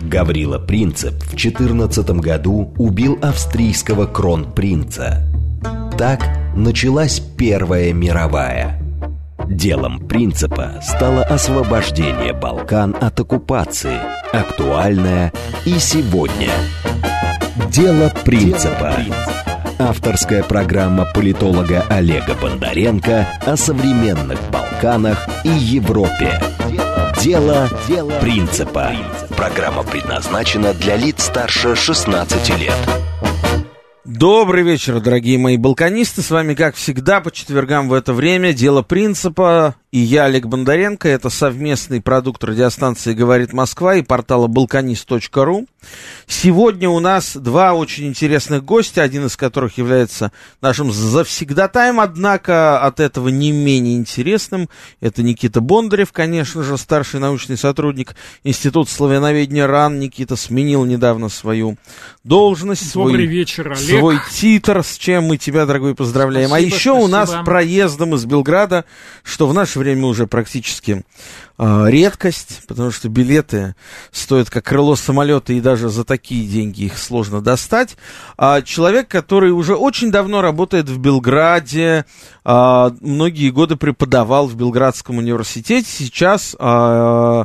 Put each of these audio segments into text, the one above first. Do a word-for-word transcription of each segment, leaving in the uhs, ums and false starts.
Гаврила Принцип в четырнадцатом году убил австрийского кронпринца. Так началась Первая мировая. Делом Принципа стало освобождение Балкан от оккупации, актуальное и сегодня. Дело Принципа. Авторская программа политолога Олега Бондаренко о современных Балканах и Европе. Дело Принципа. Программа предназначена для лиц старше шестнадцати лет. Добрый вечер, дорогие мои балканисты. С вами, как всегда, по четвергам в это время «Дело Принципа». И я, Олег Бондаренко. Это совместный продукт радиостанции «Говорит Москва» и портала балканист точка ру. Сегодня у нас два очень интересных гостя, один из которых является нашим завсегдатаем, однако от этого не менее интересным. Это Никита Бондарев, конечно же, старший научный сотрудник Института славяноведения РАН. Никита сменил недавно свою должность, Добрый свой, вечер, Олег. свой титр, с чем мы тебя, дорогой, поздравляем. Спасибо, а еще спасибо. У нас проездом из Белграда, что в наше время уже практически э, редкость, потому что билеты стоят как крыло самолета, и даже за такие деньги их сложно достать. А человек, который уже очень давно работает в Белграде, э, многие годы преподавал в Белградском университете, сейчас э,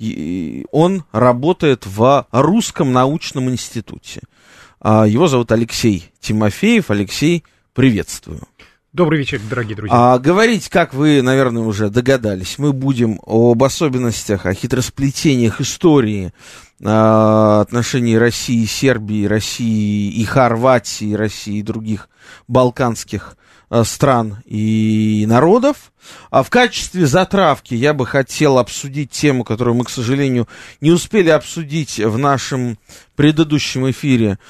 он работает в Русском научном институте. Э, его зовут Алексей Тимофеев. Алексей, приветствую. Добрый вечер, дорогие друзья. А, говорить, как вы, наверное, уже догадались, мы будем об особенностях, о хитросплетениях истории а, отношений России, Сербии, России и Хорватии, России и других балканских а, стран и народов. А в качестве затравки я бы хотел обсудить тему, которую мы, к сожалению, не успели обсудить в нашем предыдущем эфире,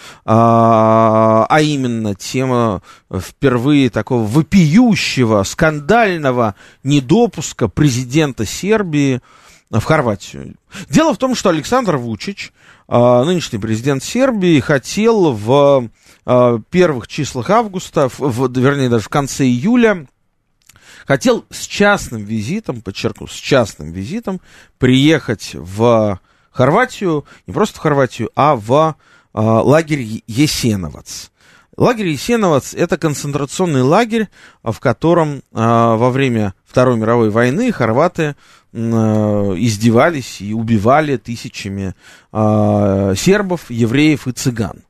а, а именно тема впервые такого вопиющего, скандального недопуска президента Сербии в Хорватию. Дело в том, что Александр Вучич, нынешний президент Сербии, хотел в первых числах августа, в, вернее, даже в конце июля, хотел с частным визитом, подчеркну, с частным визитом приехать в Хорватию, не просто в Хорватию, а в э, лагерь Есеновац. Лагерь Есеновац — это концентрационный лагерь, в котором э, во время Второй мировой войны хорваты э, издевались и убивали тысячами э, сербов, евреев и цыган.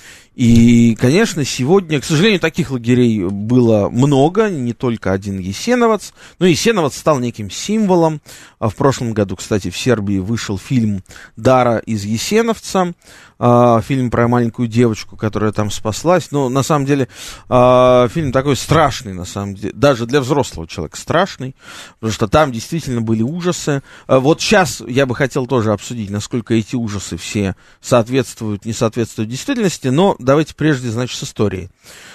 И, конечно, сегодня, к сожалению, таких лагерей было много, не только один Есеновац, но Есеновац стал неким символом. В прошлом году, кстати, в Сербии вышел фильм «Дара из Есеновца», фильм про маленькую девочку, которая там спаслась. Но, на самом деле, фильм такой страшный, на самом деле, даже для взрослого человека страшный, потому что там действительно были ужасы. Вот сейчас я бы хотел тоже обсудить, насколько эти ужасы все соответствуют, не соответствуют действительности, но давайте прежде, значит, с историей.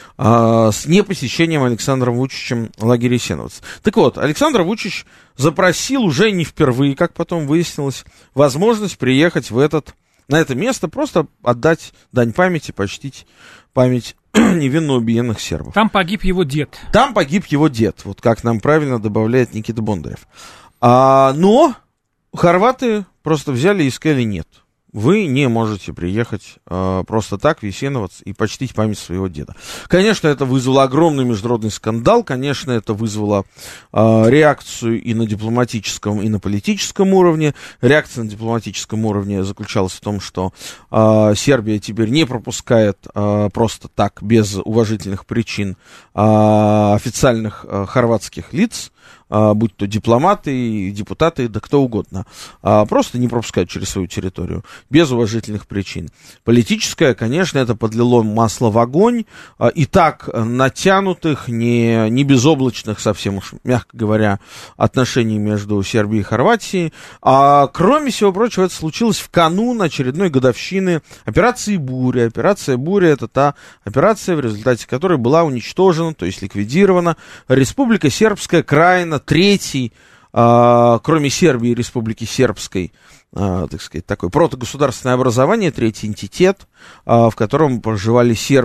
А, с непосещением Александром Вучичем лагеря Есеновац. Так вот, Александр Вучич запросил уже не впервые, как потом выяснилось, возможность приехать в этот, на это место, просто отдать дань памяти, почтить память невинно убиенных сербов. Там погиб его дед. Там погиб его дед, вот как нам правильно добавляет Никита Бондарев. А, но хорваты просто взяли и сказали: нет. Вы не можете приехать э, просто так в Есеновац и почтить память своего деда. Конечно, это вызвало огромный международный скандал, конечно, это вызвало э, реакцию и на дипломатическом, и на политическом уровне. Реакция на дипломатическом уровне заключалась в том, что э, Сербия теперь не пропускает э, просто так, без уважительных причин, э, официальных э, хорватских лиц, Uh, будь то дипломаты, депутаты, да кто угодно, uh, просто не пропускают через свою территорию, без уважительных причин. Политическое, конечно, это подлило масло в огонь, uh, и так натянутых, не, не безоблачных, совсем уж, мягко говоря, отношений между Сербией и Хорватией. А кроме всего прочего, это случилось в канун очередной годовщины операции «Буря». Операция «Буря» — это та операция, в результате которой была уничтожена, то есть ликвидирована Республика Сербская Краина, третий, э, кроме Сербии и Республики Сербской, э, так сказать, такое протогосударственное образование, третий энтитет, э, в котором проживали сербы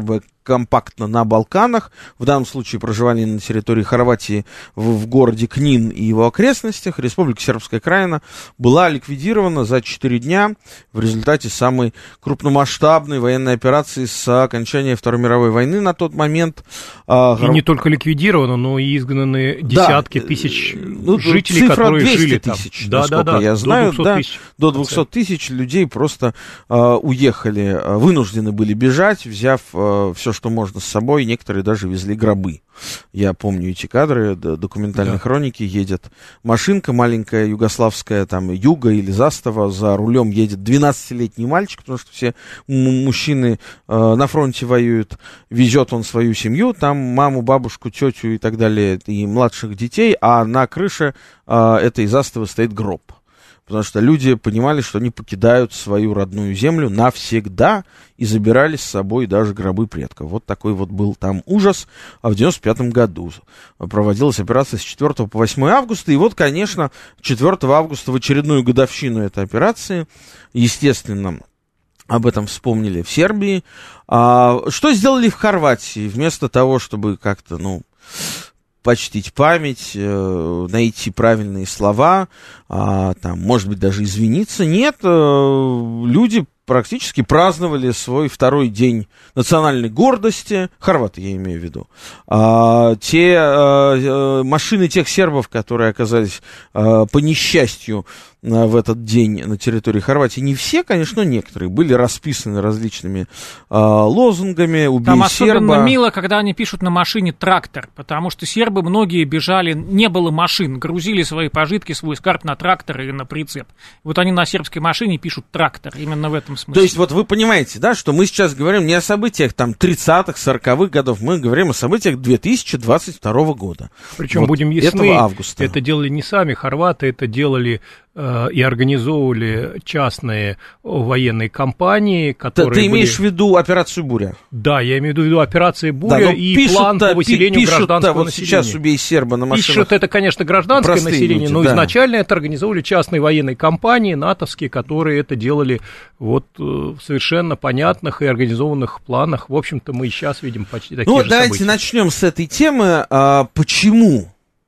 компактно на Балканах, в данном случае проживали на территории Хорватии в, в городе Книн и его окрестностях. Республика Сербская Краина была ликвидирована за четыре дня в результате самой крупномасштабной военной операции с окончания Второй мировой войны на тот момент. И не только ликвидировано, но и изгнаны десятки да. тысяч ну, жителей, которые жили там. Тысяч, да, насколько да, да, я знаю, до двухсот тысяч, да, до двухсот тысяч людей просто э, уехали, э, вынуждены были бежать, взяв э, все, что можно с собой, некоторые даже везли гробы. Я помню эти кадры, документальной да. хроники, едет машинка маленькая, югославская, там, Юга или Застава, за рулем едет двенадцатилетний мальчик, потому что все мужчины э, на фронте воюют, везет он свою семью, там маму, бабушку, тетю и так далее, и младших детей, а на крыше э, этой Заставы стоит гроб. Потому что люди понимали, что они покидают свою родную землю навсегда и забирали с собой даже гробы предков. Вот такой вот был там ужас. А в девяносто пятом году проводилась операция с четвёртого по восьмое августа. И вот, конечно, четвёртого августа в очередную годовщину этой операции, естественно, об этом вспомнили в Сербии. А что сделали в Хорватии? Вместо того, чтобы как-то, ну... почтить память, э, найти правильные слова, э, там, может быть, даже извиниться. Нет, э, люди практически праздновали свой второй день национальной гордости, хорваты я имею в виду. А, те а, машины тех сербов, которые оказались а, по несчастью а, в этот день на территории Хорватии, не все, конечно, некоторые, были расписаны различными а, лозунгами «Убей Там серба». Там особенно мило, когда они пишут на машине «трактор», потому что сербы многие бежали, не было машин, грузили свои пожитки, свой скарб на трактор или на прицеп. Вот они на сербской машине пишут «трактор», именно в этом смысле. То есть вот вы понимаете, да, что мы сейчас говорим не о событиях там тридцатых, сорокавых годов, мы говорим о событиях две тысячи двадцать второго года. Причем, вот будем ясны, августа. Это делали не сами хорваты, это делали э, и организовывали частные военные компании, которые... Ты, ты имеешь были... в виду операцию «Буря»? Да, я имею в виду операцию «Буря» да, и пишут, план по выселению пишут, гражданского вот населения. Сейчас «Убей серба» на машинах. Пишут это, конечно, гражданское Простые население, люди, но да. изначально это организовывали частные военные компании, натовские, которые это делали вот в совершенно понятных и организованных планах. В общем-то, мы и сейчас видим почти такие ну, же давайте события. начнем с этой темы. А, почему?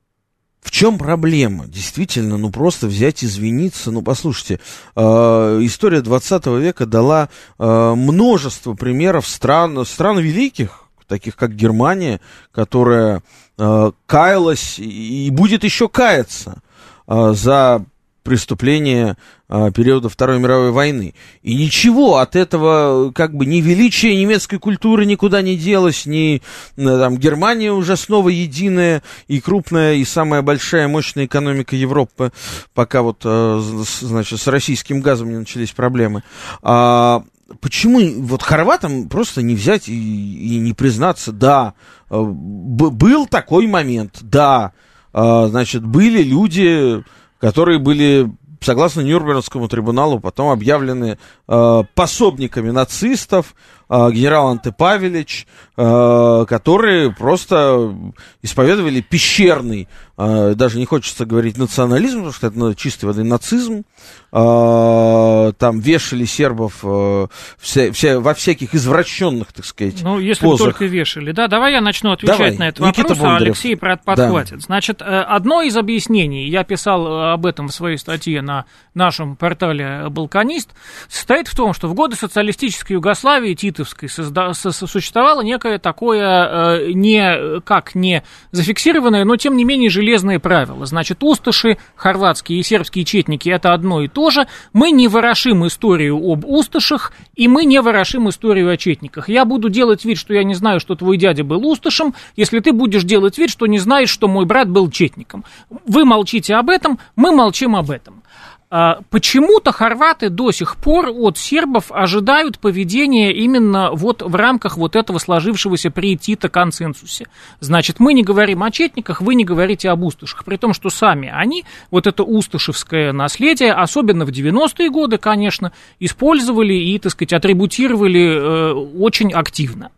В чем проблема? Действительно, ну просто взять, извиниться. Ну, послушайте, э, история двадцатого века дала э, множество примеров стран, стран великих, таких как Германия, которая э, каялась и будет еще каяться э, за преступления э, периода Второй мировой войны. И ничего от этого, как бы, ни величия немецкой культуры никуда не делось, ни там, Германия уже снова единая и крупная, и самая большая, мощная экономика Европы, пока вот, э, значит, с российским газом не начались проблемы. А, почему вот хорватам просто не взять и, и не признаться, да, э, б- был такой момент, да, э, значит, были люди... которые были, согласно Нюрнбергскому трибуналу, потом объявлены э, пособниками нацистов, э, генерал Анте Павелич, э, которые просто исповедовали пещерный, э, даже не хочется говорить национализм, потому что это чистой воды нацизм, э, там вешали сербов э, вся, вся, во всяких извращенных, так сказать, ну, если позах. бы только вешали. Да, давай я начну отвечать давай. на этот Никита вопрос, Бондарев. а Алексей подхватит. Да. Значит, одно из объяснений, я писал об этом в своей статье на нашем портале «Балканист», состоит в том, что в годы социалистической Югославии, титовской, созда- существовало некое такое, э, не, как не зафиксированное, но тем не менее железное правило. Значит, усташи, хорватские и сербские четники – это одно и то же. Мы не ворошим историю об усташах, и мы не ворошим историю о четниках. Я буду делать вид, что я не знаю, что твой дядя был усташем, если ты будешь делать вид, что не знаешь, что мой брат был четником. Вы молчите об этом, мы молчим об этом. Почему-то хорваты до сих пор от сербов ожидают поведения именно вот в рамках вот этого сложившегося при Тито консенсусе. Значит, мы не говорим о четниках, вы не говорите об усташах, при том, что сами они, вот это усташевское наследие, особенно в девяностые годы, конечно, использовали и, так сказать, атрибутировали э, очень активно.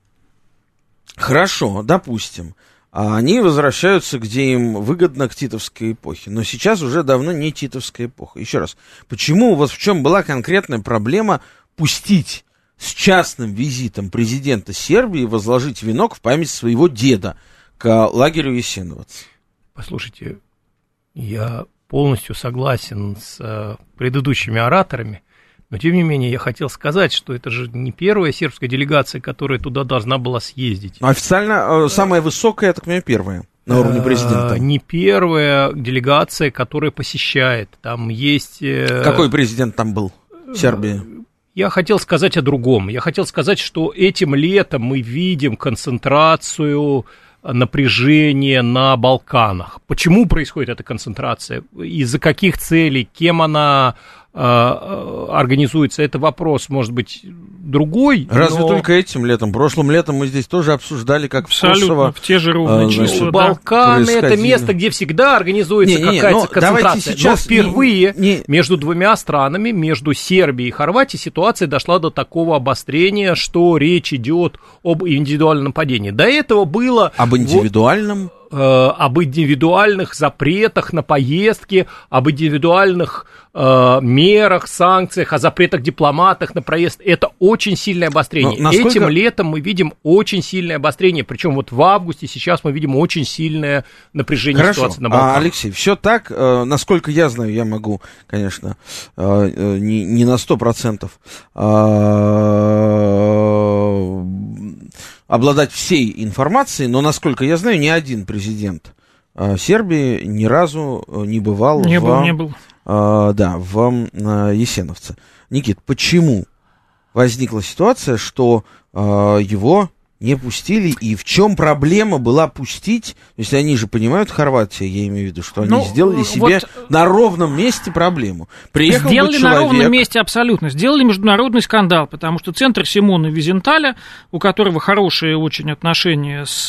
Хорошо, допустим. А они возвращаются, где им выгодно, к титовской эпохе. Но сейчас уже давно не титовская эпоха. Еще раз, почему, вот в чем была конкретная проблема пустить с частным визитом президента Сербии возложить венок в память своего деда к лагерю Ясеновец? Послушайте, я полностью согласен с э, предыдущими ораторами, но тем не менее я хотел сказать, что это же не первая сербская делегация, которая туда должна была съездить. Официально э, самая высокая, я так понимаю, первая на уровне президента. Не первая делегация, которая посещает. Там есть... Э, Какой президент там был в Сербии? Я хотел сказать о другом. Я хотел сказать, что этим летом мы видим концентрацию напряжения на Балканах. Почему происходит эта концентрация? Из-за каких целей? Кем она э, организуется? Это вопрос, может быть, другой. Разве но... только этим летом? Прошлым летом мы здесь тоже обсуждали, как абсолютно, в Косово. в те же ровные э, числа. значит, Балканы — это место, где всегда организуется не, не, какая-то не, концентрация. Сейчас но впервые не, не... между двумя странами, между Сербией и Хорватией, ситуация дошла до такого обострения, что речь идет об индивидуальном нападении. До этого было... Об индивидуальном? Вот, об индивидуальных запретах на поездки, об индивидуальных э, мерах, санкциях, о запретах дипломатах на проезд. Это очень сильное обострение. Насколько... Этим летом мы видим очень сильное обострение, причем вот в августе сейчас мы видим очень сильное напряжение Хорошо. Ситуации на Балканах. А, Алексей, все так, э, насколько я знаю, я могу, конечно, э, э, не, не на сто процентов э, обладать всей информацией, но, насколько я знаю, ни один президент э, Сербии ни разу не бывал, не в, был, не был. Э, да, в э, Ясеновце. Никит, почему возникла ситуация, что э, его не пустили, и в чем проблема была пустить, если они же понимают, Хорватия, я имею в виду, что они ну, сделали себе вот на ровном месте проблему. Приехал сделали человек... на ровном месте абсолютно, сделали международный скандал, потому что центр Симона Визенталя, у которого хорошие очень отношения с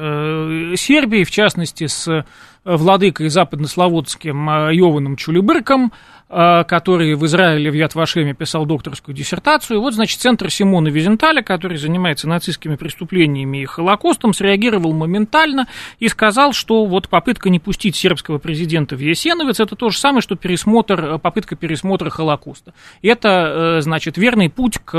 э, Сербией, в частности, с владыкой западнославутским Йованом Чулибырком, который в Израиле, в Яд Вашеме писал докторскую диссертацию. Вот, значит, центр Симона Визенталя, который занимается нацистскими преступлениями и Холокостом, среагировал моментально и сказал, что вот попытка не пустить сербского президента в Ясеновец — это то же самое, что пересмотр, попытка пересмотра Холокоста. Это, значит, верный путь к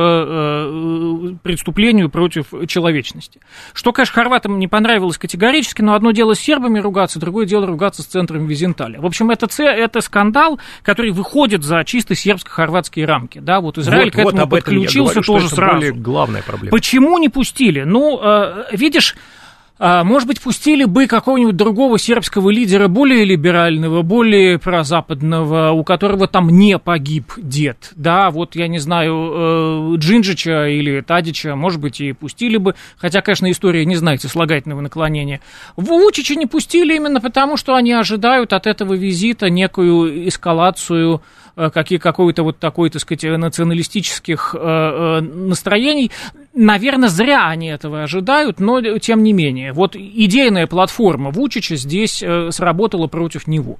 преступлению против человечности. Что, конечно, хорватам не понравилось категорически, но одно дело с сербами ругаться, другое дело ругаться с центром Визенталя. В общем, это, это скандал, который выходит за чисто сербско-хорватские рамки. Да, вот Израиль вот, к этому вот подключился говорю, тоже сразу. Это главная проблема. Почему не пустили? Ну, э, видишь, э, может быть, пустили бы какого-нибудь другого сербского лидера, более либерального, более прозападного, у которого там не погиб дед. Да, вот, я не знаю, э, Джинджича или Тадича, может быть, и пустили бы, хотя, конечно, история не знает сослагательного наклонения. Вучича не пустили именно потому, что они ожидают от этого визита некую эскалацию какие, какой-то вот такой, так сказать, националистических э, настроений. Наверное, зря они этого ожидают, но тем не менее. Вот идейная платформа Вучича здесь э, сработала против него.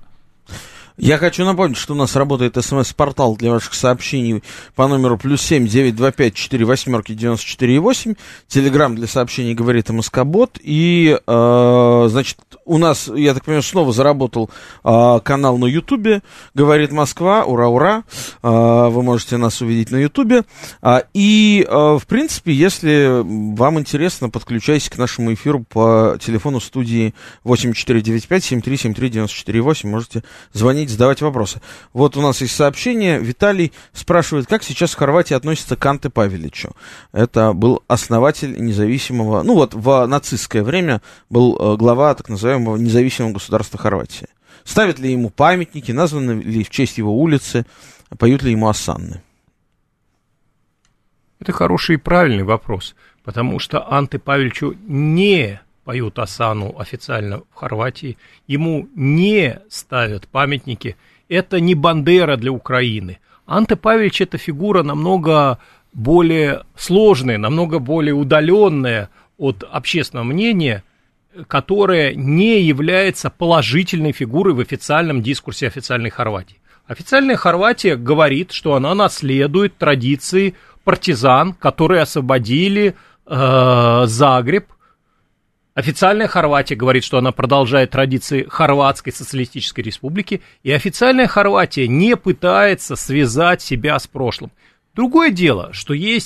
Я хочу напомнить, что у нас работает смс-портал для ваших сообщений по номеру плюс семь девять два пять четыре восьмерки девяносто четыре восемь. Телеграм для сообщений говорит МСК-бот. И, э, значит, у нас, я так понимаю, снова заработал э, канал на Ютубе. Говорит Москва, ура-ура. Э, вы можете нас увидеть на Ютубе. Э, и, э, в принципе, если вам интересно, подключайтесь к нашему эфиру по телефону студии восемь четыре девять пять семь три семь три девяносто четыре восемь. Можете звонить, задавать вопросы. Вот у нас есть сообщение. Виталий спрашивает, как сейчас в Хорватии относится к Анте Павеличу. Это был основатель независимого, ну вот в нацистское время был э, глава так называемого независимого государства Хорватии. Ставят ли ему памятники, названы ли в честь его улицы, поют ли ему осанны? Это хороший и правильный вопрос, потому что Анте Павеличу не поют осану официально в Хорватии, ему не ставят памятники. Это не Бандера для Украины. Анте Павелич — это фигура намного более сложная, намного более удаленная от общественного мнения, которая не является положительной фигурой в официальном дискурсе официальной Хорватии. Официальная Хорватия говорит, что она наследует традиции партизан, которые освободили э, Загреб. Официальная Хорватия говорит, что она продолжает традиции Хорватской социалистической республики, и официальная Хорватия не пытается связать себя с прошлым. Другое дело, что есть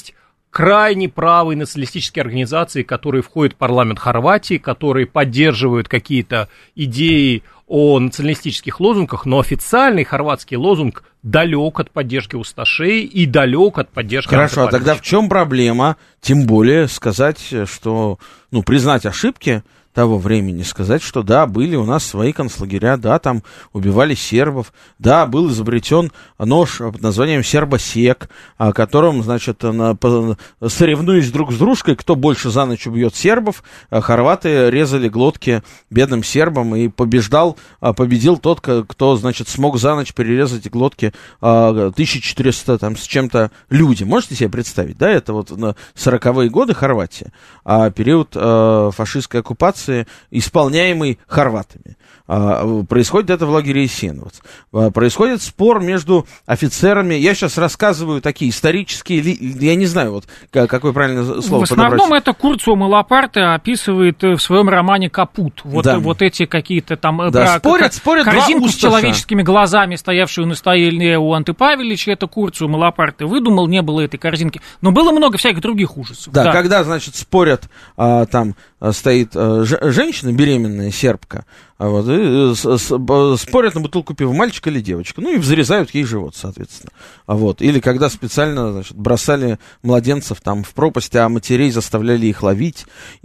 крайне правые националистические организации, которые входят в парламент Хорватии, которые поддерживают какие-то идеи о националистических лозунгах, но официальный хорватский лозунг далек от поддержки усташей и далек от поддержки... Хорошо, а тогда в чем проблема? Тем более сказать, что, ну, признать ошибки того времени, сказать, что да, были у нас свои концлагеря, да, там убивали сербов, да, был изобретен нож под названием сербосек, о котором, значит, на, по, соревнуясь друг с дружкой, кто больше за ночь убьет сербов, хорваты резали глотки бедным сербам, и побеждал, победил тот, кто, значит, смог за ночь перерезать глотки тысяча четыреста там с чем-то люди. Можете себе представить, да, это вот на сороковые годы Хорватия, а период э, фашистской оккупации, исполняемый хорватами. А, происходит это в лагере Ясеновец. А, происходит спор между офицерами. Я сейчас рассказываю такие исторические, я не знаю, вот какое правильное слово подобрать. В основном подобрать. Это Курцио Малапарте описывает в своем романе «Капут». Вот, да. вот эти какие-то там... Да, про, спорят, спорят корзинку с человеческими глазами, стоявшую на столе у Анты Павелича, это Курцио Малапарте выдумал, не было этой корзинки. Но было много всяких других ужасов. Да, да. когда, значит, спорят, а, там стоит а, ж, женщина, беременная сербка, а вот, и с, с, спорят на бутылку пива, мальчик или девочка, ну и взрезают ей живот, соответственно. А вот, или когда специально, значит, бросали младенцев там в пропасть, а матерей заставляли их ловить,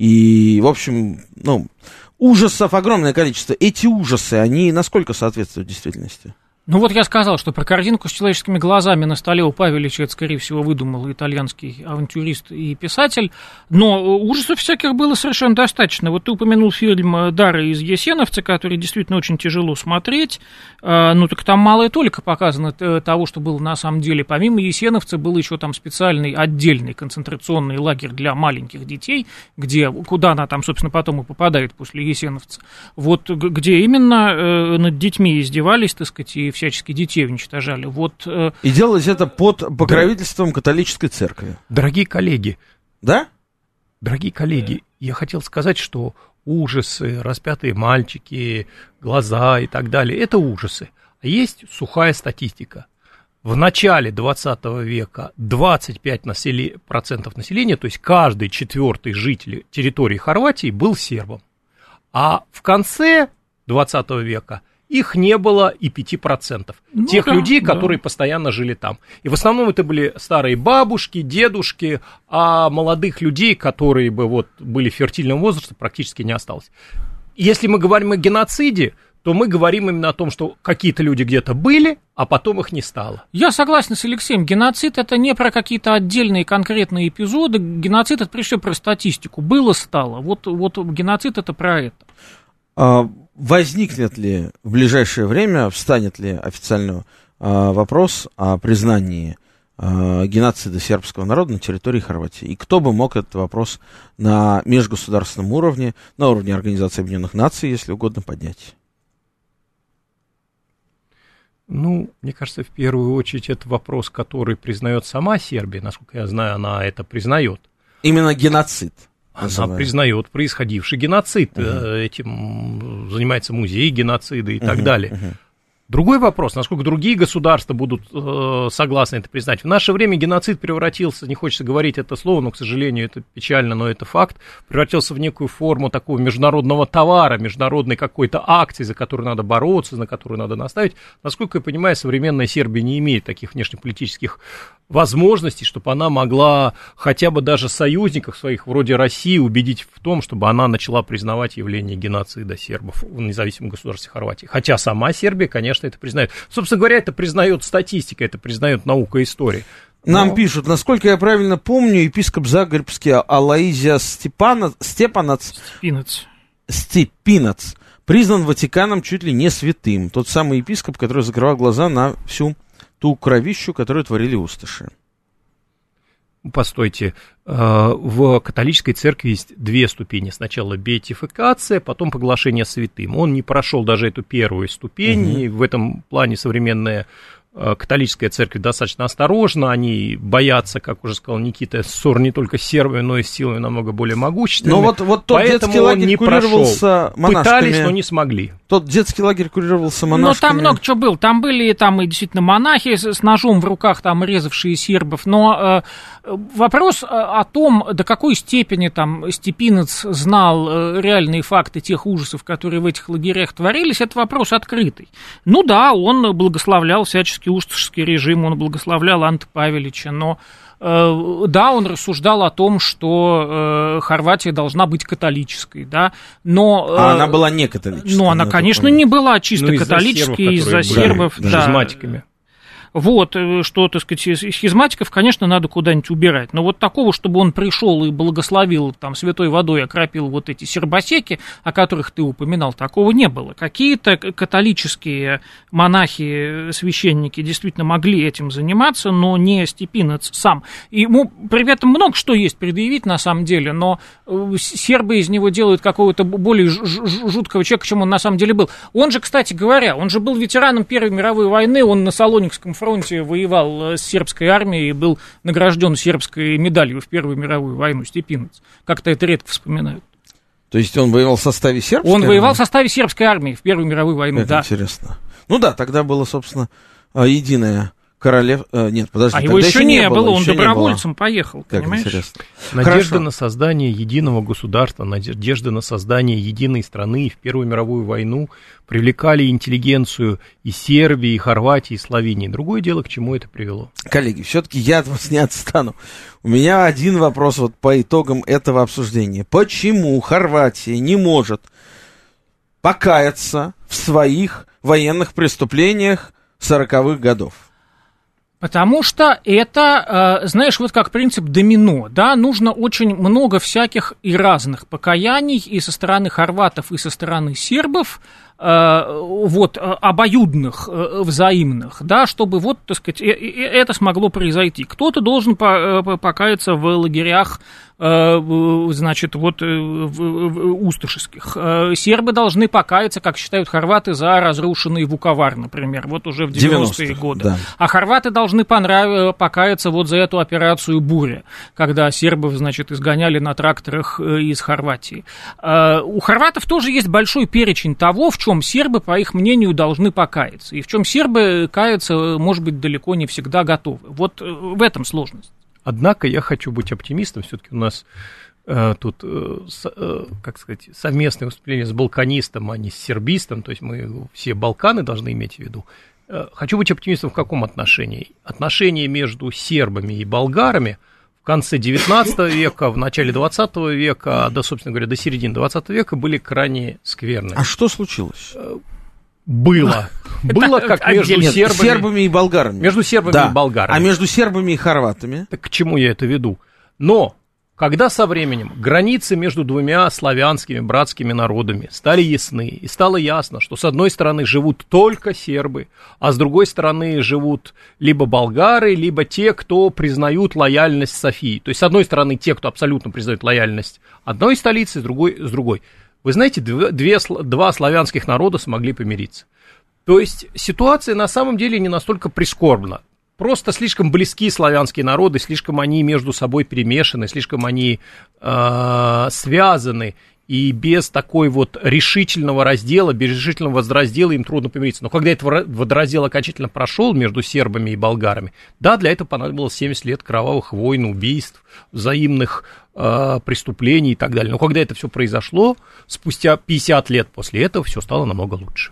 и, в общем, ну, ужасов огромное количество. Эти ужасы, они насколько соответствуют действительности? Ну вот я сказал, что про корзинку с человеческими глазами на столе у Павелича это, скорее всего, выдумал итальянский авантюрист и писатель, но ужасов всяких было совершенно достаточно. Вот ты упомянул фильм «Дара из Ясеновца», который действительно очень тяжело смотреть, ну так там малая толика показана того, что было на самом деле. Помимо Ясеновца был еще там специальный отдельный концентрационный лагерь для маленьких детей, где, куда она там, собственно, потом и попадает после Ясеновца, вот где именно над детьми издевались, так сказать, и всячески детей уничтожали. Вот, э... И делалось это под покровительством да. католической церкви. Дорогие коллеги. Да? Дорогие коллеги, я хотел сказать, что ужасы, распятые мальчики, глаза и так далее, это ужасы. А есть сухая статистика. В начале двадцатого века двадцать пять процентов населения, то есть каждый четвертый житель территории Хорватии был сербом. А в конце двадцатого века их не было и пяти процентов. Ну, тех да, людей, которые да. постоянно жили там. И в основном это были старые бабушки, дедушки, а молодых людей, которые бы вот были в фертильном возрасте, практически не осталось. Если мы говорим о геноциде, то мы говорим именно о том, что какие-то люди где-то были, а потом их не стало. Я согласен с Алексеем. Геноцид – это не про какие-то отдельные конкретные эпизоды. Геноцид – это прежде всего про статистику. Было, стало. Вот, вот геноцид – это про это. А, возникнет ли в ближайшее время, встанет ли официальный а, вопрос о признании а, геноцида сербского народа на территории Хорватии? И кто бы мог этот вопрос на межгосударственном уровне, на уровне Организации Объединенных Наций, если угодно, поднять? Ну, мне кажется, в первую очередь это вопрос, который признает сама Сербия. Насколько я знаю, она это признает. Именно геноцид. Она называем. признает происходивший геноцид. Uh-huh. Этим занимается музей геноцида и uh-huh. так далее. Uh-huh. Другой вопрос, насколько другие государства будут э, согласны это признать. В наше время геноцид превратился, не хочется говорить это слово, но, к сожалению, это печально, но это факт, превратился в некую форму такого международного товара, международной какой-то акции, за которую надо бороться, на которую надо наставить. Насколько я понимаю, современная Сербия не имеет таких внешнеполитических возможностей, чтобы она могла хотя бы даже союзников своих, вроде России, убедить в том, чтобы она начала признавать явление геноцида сербов в независимом государстве Хорватии. Хотя сама Сербия, конечно, это признает. Собственно говоря, это признает статистика, это признает наука и история. Нам Но... пишут, насколько я правильно помню, епископ Загребский Алоизия Степанац, Степанац, Степинац. Степинац признан Ватиканом чуть ли не святым. Тот самый епископ, который закрывал глаза на всю ту кровищу, которую творили усташи. Постойте, в католической церкви есть две ступени. Сначала беатификация, потом поглашение святым. Он не прошел даже эту первую ступень, угу. и в этом плане современная католическая церковь достаточно осторожна, они боятся, как уже сказал Никита, ссор не только с сербами, но и с силами намного более могущественными. Но вот, вот тот детский лагерь не курировался монашками. Пытались, но не смогли. Тот детский лагерь курировался монашками. Ну, там много чего было. Там были там и действительно монахи с, с ножом в руках, там резавшие сербов. Но э, вопрос о том, до какой степени там Степинец знал э, реальные факты тех ужасов, которые в этих лагерях творились, это вопрос открытый. Ну да, он благословлял всячески усташский режим, он благословлял Анты Павелича, но... Да, он рассуждал о том, что э, Хорватия должна быть католической, да, но... Э, а она была не католической. Ну, она, конечно, не была чисто ну, католической, из-за сербов, да, да. Схизматиками. Вот, что, так сказать, схизматиков, конечно, надо куда-нибудь убирать. Но вот такого, чтобы он пришел и благословил, там, святой водой окропил вот эти сербосеки, о которых ты упоминал, такого не было. Какие-то католические монахи, священники действительно могли этим заниматься, но не Степинец сам. И ему при этом много что есть предъявить, на самом деле, но сербы из него делают какого-то более жуткого человека, чем он на самом деле был. Он же, кстати говоря, он же был ветераном Первой мировой войны, он на Салоникском фронте фронте воевал с сербской армией и был награжден сербской медалью в Первую мировую войну, Степинец. Как-то это редко вспоминают. То есть он воевал в составе сербской Он армии? воевал в составе сербской армии в Первую мировую войну, это да. Интересно. Ну да, тогда было, собственно, единое королевство... Нет, подожди, а его еще, еще не было, было. Он еще добровольцем поехал, как понимаешь? Интересно. Надежда Хорошо. на создание единого государства, надежда на создание единой страны в Первую мировую войну привлекали интеллигенцию и Сербии, и Хорватии, и Словении. Другое дело, к чему это привело. Коллеги, все-таки я от вас не отстану. У меня один вопрос вот по итогам этого обсуждения. Почему Хорватия не может покаяться в своих военных преступлениях сороковых годов? Потому что это, знаешь, вот как принцип домино, да, нужно очень много всяких и разных покаяний и со стороны хорватов, и со стороны сербов, вот, обоюдных, взаимных, да, чтобы вот, так сказать, это смогло произойти. Кто-то должен покаяться в лагерях, значит, вот, усташевских. Сербы должны покаяться, как считают хорваты, за разрушенный Вуковар, например, вот уже в девяностые годы. Да. А хорваты должны понрав... покаяться вот за эту операцию «Буря», когда сербов, значит, изгоняли на тракторах из Хорватии. У хорватов тоже есть большой перечень того, в чем сербы, по их мнению, должны покаяться. И в чем сербы каяться, может быть, далеко не всегда готовы. Вот в этом сложность. Однако я хочу быть оптимистом. Все-таки у нас э, тут, э, с, э, как сказать, совместное выступление с балканистом, а не с сербистом. То есть мы все Балканы должны иметь в виду. Э, хочу быть оптимистом в каком отношении? Отношения между сербами и болгарами в конце девятнадцатого века, в начале двадцатого века, да, собственно говоря, до середины двадцатого века были крайне скверны. А что случилось? Было. Было как между Нет, сербами... сербами и болгарами. Между сербами да. и болгарами. А между сербами и хорватами? Так к чему я это веду? Но, когда со временем границы между двумя славянскими братскими народами стали ясны, и стало ясно, что с одной стороны живут только сербы, а с другой стороны живут либо болгары, либо те, кто признают лояльность Софии. То есть, с одной стороны, те, кто абсолютно признают лояльность одной столицы, с другой... С другой. Вы знаете, две, две, два славянских народа смогли помириться. То есть ситуация на самом деле не настолько прискорбна. Просто слишком близки славянские народы, слишком они между собой перемешаны, слишком они э, связаны. И без такой вот решительного раздела, без решительного водораздела им трудно помириться. Но когда этот водораздел окончательно прошел между сербами и болгарами, да, для этого понадобилось семьдесят лет кровавых войн, убийств, взаимных э, преступлений и так далее. Но когда это все произошло, спустя пятьдесят лет после этого все стало намного лучше.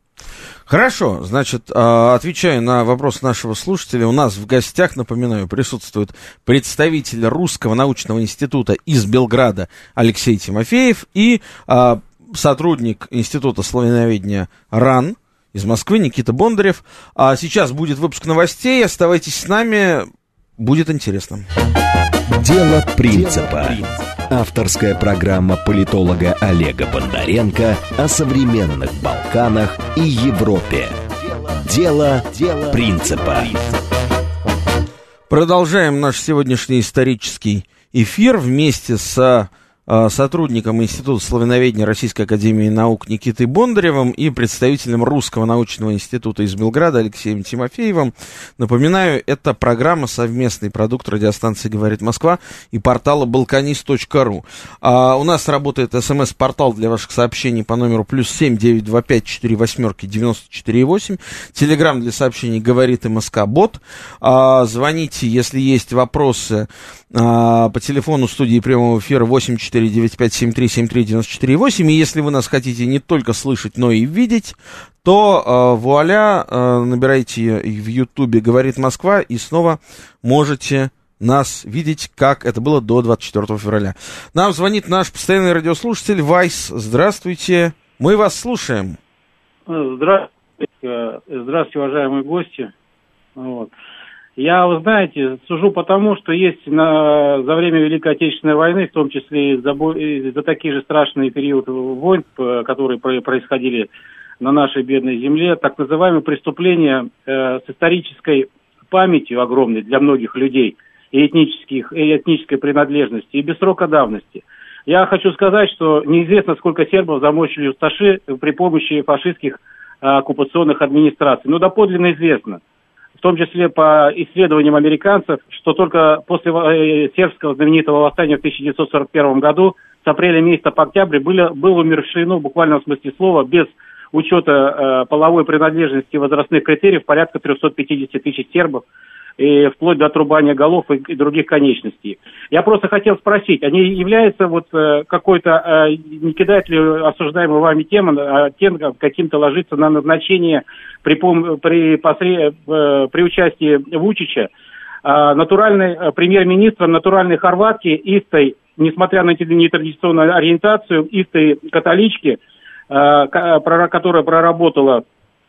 Хорошо, значит, отвечая на вопрос нашего слушателя, у нас в гостях, напоминаю, присутствует представитель Русского научного института из Белграда Алексей Тимофеев и а, сотрудник Института славяноведения РАН из Москвы Никита Бондарев. А сейчас будет выпуск новостей, оставайтесь с нами, будет интересно. Дело принципа. Авторская программа политолога Олега Бондаренко о современных Балканах и Европе. Дело принципа. Продолжаем наш сегодняшний исторический эфир вместе с сотрудником Института славяноведения Российской академии наук Никитой Бондаревым и представителем Русского научного института из Белграда Алексеем Тимофеевым. Напоминаю, это программа «Совместный продукт» радиостанции «Говорит Москва» и портала балканист точка ру. А у нас работает смс-портал для ваших сообщений по номеру плюс семь девятьсот двадцать пять сорок восемь девяносто четыре восемь. Телеграм для сообщений «Говорит МСК-бот». А, звоните, если есть вопросы, а, по телефону студии прямого эфира восемь четыре девять пять семь три семь три девять четыре восемь. И если вы нас хотите не только слышать, но и видеть, то э, вуаля, э, набирайте в Ютубе «Говорит Москва» и снова можете нас видеть, как это было до двадцать четвёртого февраля. Нам звонит наш постоянный радиослушатель Вайс. Здравствуйте, мы вас слушаем. Здравствуйте, здравствуйте, уважаемые гости. Вот. Я, вы знаете, сужу по тому, что есть на, за время Великой Отечественной войны, в том числе и за, и за такие же страшные периоды войн, которые происходили на нашей бедной земле, так называемые преступления э, с исторической памятью огромной для многих людей и, этнических, и этнической принадлежности, и без срока давности. Я хочу сказать, что неизвестно, сколько сербов замочили усташи при помощи фашистских э, оккупационных администраций. Но доподлинно известно, в том числе по исследованиям американцев, что только после сербского знаменитого восстания в тысяча девятьсот сорок первом году с апреля месяца по октябрь было, было умерщвлено, в буквальном смысле слова, без учета э, половой принадлежности и возрастных критериев, порядка триста пятьдесят тысяч сербов, и вплоть до отрубания голов и, и других конечностей. Я просто хотел спросить, они являются вот э, какой-то, э, не кидает ли осуждаемая вами тема, а тем каким-то ложится на назначение при, при, посре, э, при участии Вучича, э, натуральный э, премьер-министр натуральной хорватки, истой, несмотря на нетрадиционную ориентацию, истой католички, которая проработала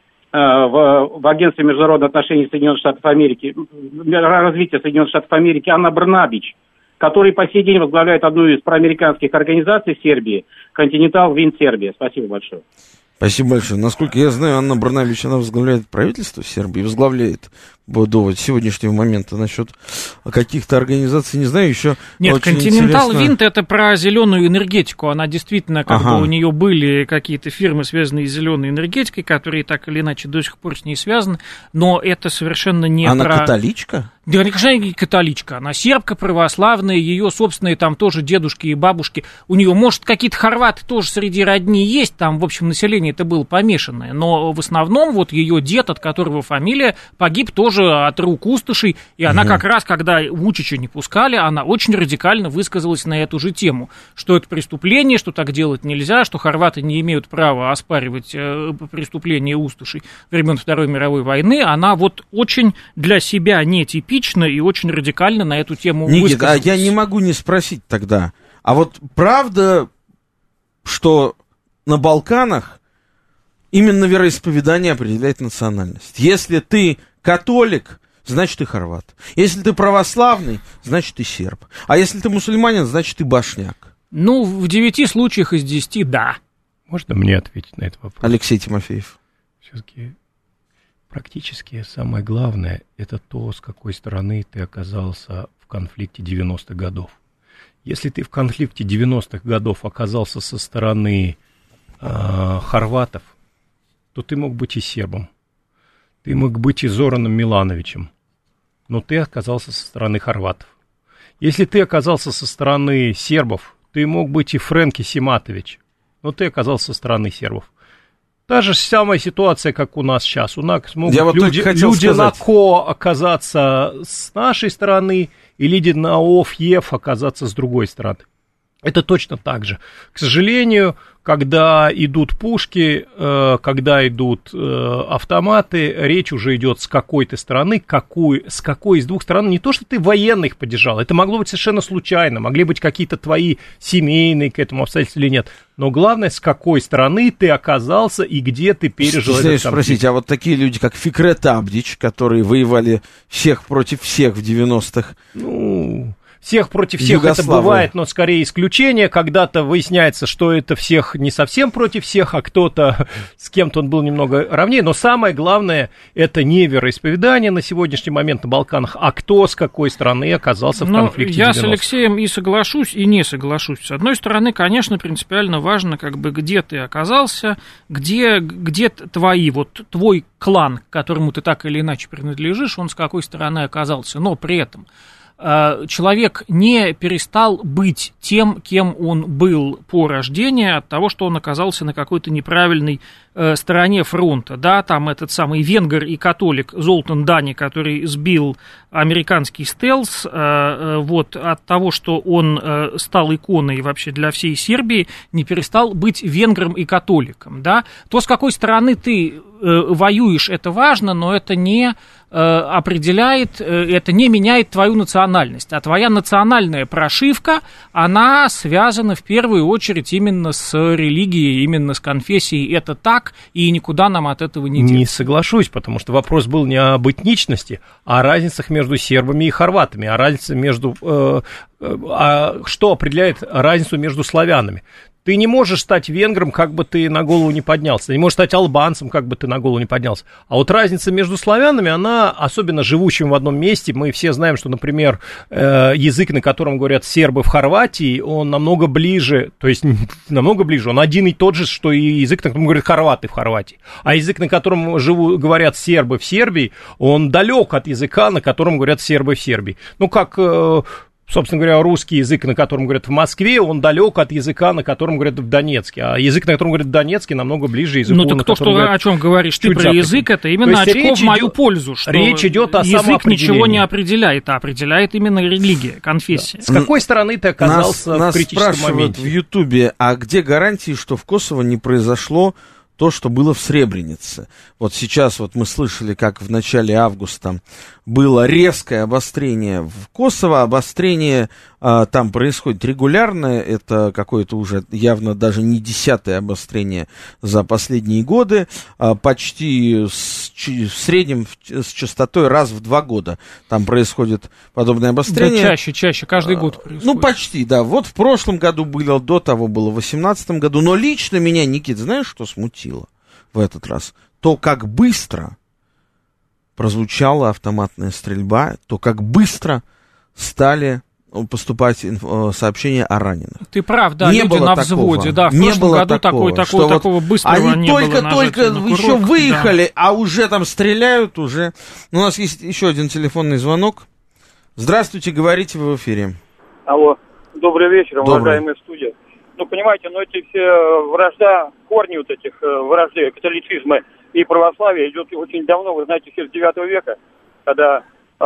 в, в Агентстве международных отношений Соединенных Штатов Америки, развития Соединенных Штатов Америки, Анна Брнабич, который по сей день возглавляет одну из проамериканских организаций Сербии, Continental Wind Serbia. Спасибо большое. Спасибо большое. Насколько я знаю, Анна Брнабич, она возглавляет правительство Сербии, возглавляет до сегодняшнего момента. Насчет каких-то организаций не знаю, еще. Нет, Continental Wind это про зеленую энергетику. Она действительно, как ага. бы у нее были какие-то фирмы, связанные с зеленой энергетикой, которые так или иначе до сих пор с ней связаны, но это совершенно не она про... Она католичка? Да, конечно, не католичка, она сербка православная, ее собственные там тоже дедушки и бабушки, у нее, может, какие-то хорваты тоже среди родни есть, там, в общем, население это было помешанное, но в основном вот ее дед, от которого фамилия, погиб тоже от рук усташей, и она угу. как раз, когда Вучича не пускали, она очень радикально высказалась на эту же тему, что это преступление, что так делать нельзя, что хорваты не имеют права оспаривать э, преступления усташей времен Второй мировой войны, она вот очень для себя нетипична и очень радикально на эту тему Никита, высказалась. А я не могу не спросить тогда, а вот правда, что на Балканах именно вероисповедание определяет национальность? Если ты католик, значит ты хорват. Если ты православный, значит ты серб. А если ты мусульманин, значит ты башняк. Ну, в девяти случаях из десяти, да. Можно мне ответить на этот вопрос? Алексей Тимофеев. Все-таки практически самое главное – это то, с какой стороны ты оказался в конфликте девяностых годов. Если ты в конфликте девяностых годов оказался со стороны э, хорватов, то ты мог быть и сербом. Ты мог быть и Зораном Милановичем, но ты оказался со стороны хорватов. Если ты оказался со стороны сербов, ты мог быть и Френки Симатович, но ты оказался со стороны сербов. Та же самая ситуация, как у нас сейчас. У нас могут Я вот люди, люди на ко оказаться с нашей стороны, и люди на ов, ев оказаться с другой стороны. Это точно так же. К сожалению, когда идут пушки, э, когда идут э, автоматы, речь уже идет с какой-то стороны, какую, с какой из двух сторон. Не то, что ты военных поддержал, это могло быть совершенно случайно, могли быть какие-то твои семейные к этому обстоятельства или нет. Но главное, с какой стороны ты оказался и где ты пережил этот конфликт. Спросить, а вот такие люди, как Фикрет Абдич, которые воевали всех против всех в девяностых? Ну... всех против всех это бывает, но скорее исключение. Когда-то выясняется, что это всех не совсем против всех, а кто-то, с кем-то он был немного равнее. Но самое главное, это не вероисповедание на сегодняшний момент на Балканах, а кто с какой стороны оказался в но конфликте я девяностых. с Алексеем и соглашусь, и не соглашусь. С одной стороны, конечно, принципиально важно, как бы, где ты оказался, где, где твои, вот твой клан, к которому ты так или иначе принадлежишь, он с какой стороны оказался. Но при этом человек не перестал быть тем, кем он был по рождению от того, что он оказался на какой-то неправильной э, стороне фронта. Да, там этот самый венгер и католик Золтан Дани, который сбил американский стелс, э, э, вот, от того, что он э, стал иконой вообще для всей Сербии, не перестал быть венгром и католиком. Да? То, с какой стороны ты э, воюешь, это важно, но это не определяет, это не меняет твою национальность, а твоя национальная прошивка, она связана в первую очередь именно с религией, именно с конфессией. Это так, и никуда нам от этого не деться. Не соглашусь, потому что вопрос был не об этничности, а о разницах между сербами и хорватами, о разнице между... Э, э, а что определяет разницу между славянами? Ты не можешь стать венгром, как бы ты на голову не поднялся. Ты не можешь стать албанцем, как бы ты на голову не поднялся. А вот разница между славянами, она, особенно живущим в одном месте, мы все знаем, что, например, э, язык, на котором говорят сербы в Хорватии, он намного ближе, то есть намного ближе, он один и тот же, что и язык, на котором говорят хорваты в Хорватии. А язык, на котором живу, говорят сербы в Сербии, он далек от языка, на котором говорят сербы в Сербии. Ну, как... Э, Собственно говоря, русский язык, на котором говорят в Москве, он далек от языка, на котором говорят в Донецке. А язык, на котором говорят в Донецке, намного ближе языку, ну, так на то, котором что, говорят... о чем говоришь ты про западнее. язык, это именно очко в мою идет, пользу, что речь идет о язык ничего не определяет, а определяет именно религия, конфессия. Да. С какой стороны ты оказался нас, в нас критическом спрашивают моменте? в Ютубе, а где гарантии, что в Косово не произошло то, что было в Сребренице? Вот сейчас вот мы слышали, как в начале августа было резкое обострение в Косово, обострение а, там происходит регулярно, это какое-то уже явно даже не десятое обострение за последние годы, а, почти с, в среднем с частотой раз в два года там происходит подобное обострение. Да чаще, чаще, каждый год происходит. Ну, почти, да. Вот в прошлом году было, до того было в восемнадцатом году, но лично меня, Никит, знаешь, что смутило в этот раз? То, как быстро прозвучала автоматная стрельба, то, как быстро стали поступать сообщения о раненых. Ты прав, да, не люди было на такого. взводе, да, в не прошлом было году такого, такой, такого, такого вот быстрого они не только, было только на еще курок, выехали, да. а уже там стреляют, уже. У нас есть еще один телефонный звонок. Здравствуйте, говорите, вы в эфире. Алло, добрый вечер, Добрый. уважаемая студия. Ну, понимаете, ну, эти все вражда, корни вот этих вражды, католицизма и православия идет очень давно, вы знаете, еще с девятого века, когда э,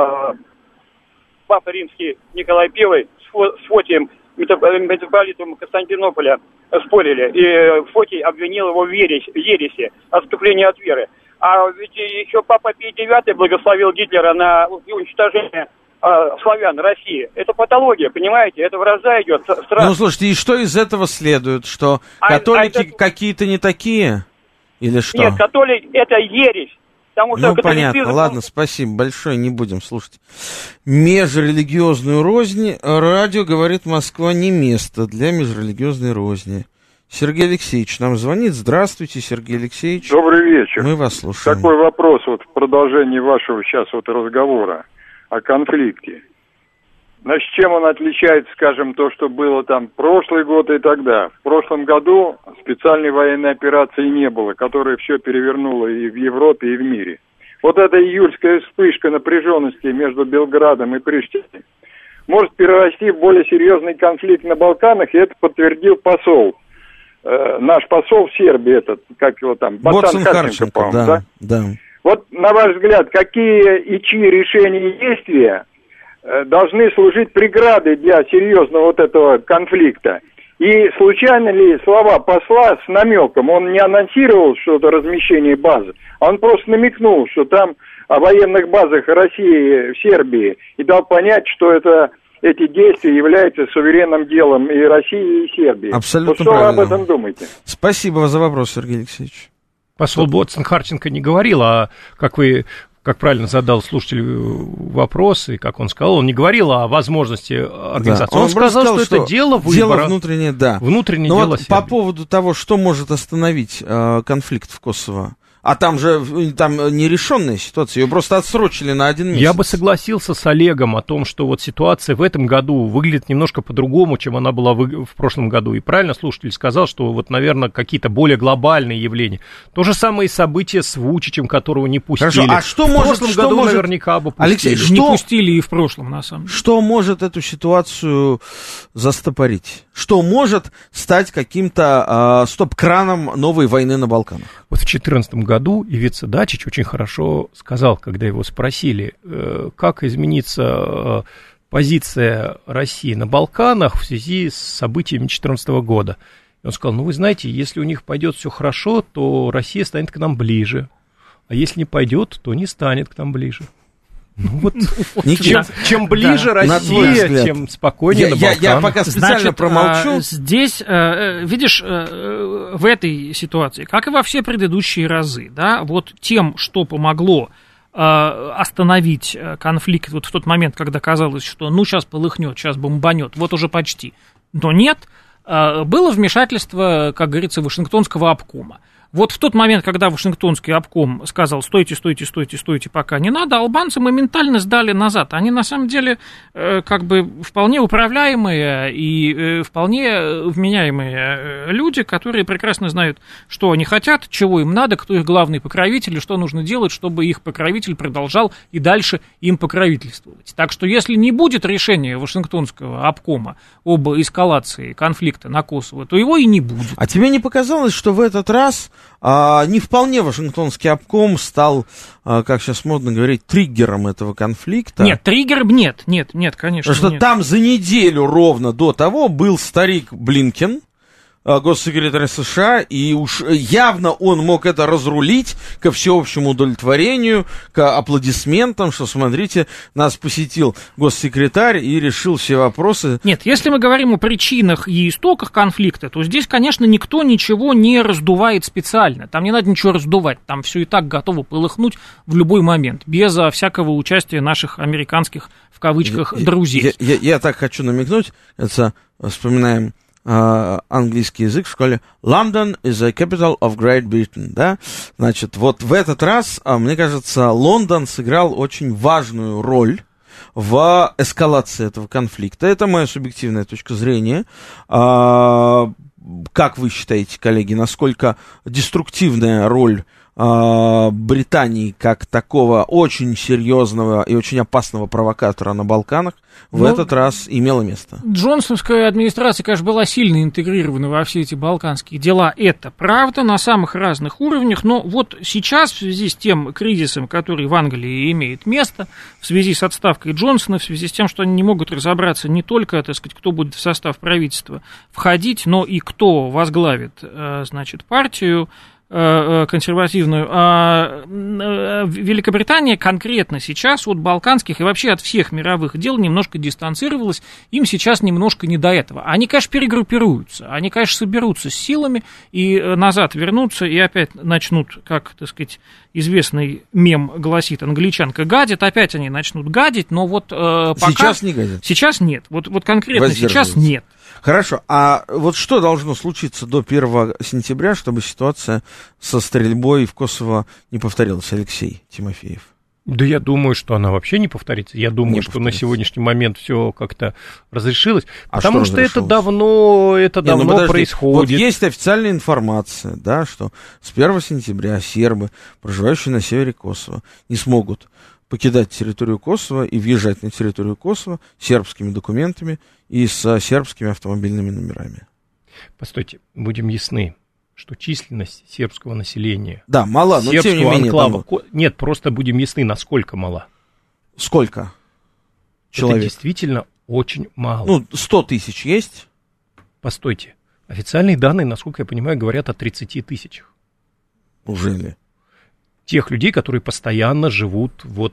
Папа Римский Николай Первый с, Фо, с Фотием, митрополитом Константинополя, спорили, и Фотий обвинил его в ереси, ереси, отступлении от веры. А ведь еще Папа Пий Девятый благословил Гитлера на уничтожение славян России. Это патология, понимаете? Это вражда идет. Страх. Ну, слушайте, и что из этого следует? Что а, католики а это... какие-то не такие? Или что? Нет, католик — это ересь. Потому что ну, понятно, ладно, спасибо большое, не будем слушать. Межрелигиозную рознь. Радио говорит, Москва не место для межрелигиозной розни. Сергей Алексеевич нам звонит. Здравствуйте, Сергей Алексеевич. Добрый вечер. Мы вас слушаем. Такой вопрос вот в продолжении вашего сейчас вот разговора о конфликте. Значит, чем он отличается, скажем, то, что было там прошлый год и тогда? В прошлом году специальной военной операции не было, которая все перевернула и в Европе, и в мире. Вот эта июльская вспышка напряженности между Белградом и Приштиной может перерасти в более серьезный конфликт на Балканах, и это подтвердил посол. Э, наш посол в Сербии, этот, как его там, Боцман Харченко, Харченко, по-моему, да, да? да. Вот, на ваш взгляд, какие и чьи решения и действия должны служить преградой для серьезного вот этого конфликта? И случайно ли слова посла с намеком, он не анонсировал что-то размещение базы, а он просто намекнул, что там о военных базах России в Сербии, и дал понять, что это, эти действия являются суверенным делом и России, и Сербии. Абсолютно вот что правильно. вы об этом думаете? Спасибо за вопрос, Сергей Алексеевич. Посол Боцман Харченко не говорил, а, как вы как правильно задал слушатель вопрос, и как он сказал, он не говорил о возможности организации. Да. Он, он сказал, сказал, что, что это дело выбора. Дело внутреннее, да. Внутреннее Но дело вот Сербии. по поводу того, что может остановить э, конфликт в Косово. А там же там нерешенная ситуация, ее просто отсрочили на один месяц. Я бы согласился с Олегом о том, что вот ситуация в этом году выглядит немножко по-другому, чем она была в, в прошлом году. И правильно слушатель сказал, что вот, наверное, какие-то более глобальные явления. То же самое и события с Вучичем, которого не пустили. Хорошо, а что в может, прошлом что году может... наверняка бы пустили. Алексей, что... Не пустили и в прошлом, на самом деле. Что может эту ситуацию застопорить? Что может стать каким-то э, стоп-краном новой войны на Балканах? Вот в две тысячи четырнадцатом году Ивица Дачич очень хорошо сказал, когда его спросили, э, как изменится э, позиция России на Балканах в связи с событиями две тысячи четырнадцатого года. И он сказал, ну вы знаете, если у них пойдет все хорошо, то Россия станет к нам ближе, а если не пойдет, то не станет к нам ближе. Ну вот, чем, чем ближе да. Россия, тем спокойнее я, на Балканах. Я, я пока специально Значит, промолчу. А, здесь, а, видишь, а, в этой ситуации, как и во все предыдущие разы, да, вот тем, что помогло а, остановить конфликт вот в тот момент, когда казалось, что ну сейчас полыхнет, сейчас бомбанет, вот уже почти, но нет, а, было вмешательство, как говорится, Вашингтонского обкома. Вот в тот момент, когда Вашингтонский обком сказал «стойте, стойте, стойте, стойте, пока не надо», албанцы моментально сдали назад. Они, на самом деле, э, как бы вполне управляемые и э, вполне вменяемые э, люди, которые прекрасно знают, что они хотят, чего им надо, кто их главный покровитель и что нужно делать, чтобы их покровитель продолжал и дальше им покровительствовать. Так что, если не будет решения Вашингтонского обкома об эскалации конфликта на Косово, то его и не будет. А тебе не показалось, что в этот раз а, не вполне Вашингтонский обком стал, а, как сейчас модно говорить, триггером этого конфликта? Нет, триггером нет, нет, нет, конечно. Потому что нет. там за неделю ровно до того был старик Блинкен, госсекретарь США, и уж явно он мог это разрулить ко всеобщему удовлетворению, к аплодисментам, что, смотрите, нас посетил госсекретарь и решил все вопросы. Нет, если мы говорим о причинах и истоках конфликта, то здесь, конечно, никто ничего не раздувает специально. Там не надо ничего раздувать, там все и так готово полыхнуть в любой момент, без всякого участия наших американских, в кавычках, я, друзей. Я, я, я так хочу намекнуть, это вспоминаем Uh, английский язык в школе. London is the capital of Great Britain, да? Значит, вот в этот раз, мне кажется, Лондон сыграл очень важную роль в эскалации этого конфликта. Это моя субъективная точка зрения. Uh, как вы считаете, коллеги, насколько деструктивная роль Британии как такого очень серьезного и очень опасного провокатора на Балканах в ну, этот раз имело место? Джонсоновская администрация, конечно, была сильно интегрирована во все эти балканские дела, это правда, на самых разных уровнях, но вот сейчас в связи с тем кризисом, который в Англии имеет место, в связи с отставкой Джонсона, в связи с тем, что они не могут разобраться не только, так сказать, кто будет в состав правительства входить, но и кто возглавит, значит, партию консервативную, а Великобритания конкретно сейчас от балканских и вообще от всех мировых дел немножко дистанцировалась, им сейчас немножко не до этого. Они, конечно, перегруппируются, они, конечно, соберутся с силами и назад вернутся и опять начнут, как, так сказать, известный мем гласит, англичанка гадит, опять они начнут гадить, но вот э, пока... Сейчас не гадят? Сейчас нет, вот, вот конкретно сейчас нет. Хорошо, а вот что должно случиться до первого сентября, чтобы ситуация со стрельбой в Косово не повторилась, Алексей Тимофеев? Да я думаю, что она вообще не повторится. Я думаю, не что повторится. На сегодняшний момент все как-то разрешилось. А потому что, что это давно, это не, давно ну, подожди, происходит. Вот есть официальная информация, да, что с первого сентября сербы, проживающие на севере Косово, не смогут покидать территорию Косово и въезжать на территорию Косово сербскими документами и с сербскими автомобильными номерами. Постойте, будем ясны, что численность сербского населения... Да, мала, но тем не менее... Анклава, там... Нет, просто будем ясны, насколько мала. Сколько человек? Это действительно очень мало. Ну, сто тысяч есть? Постойте, официальные данные, насколько я понимаю, говорят о тридцати тысячах. Уже ли? тех людей, которые постоянно живут вот,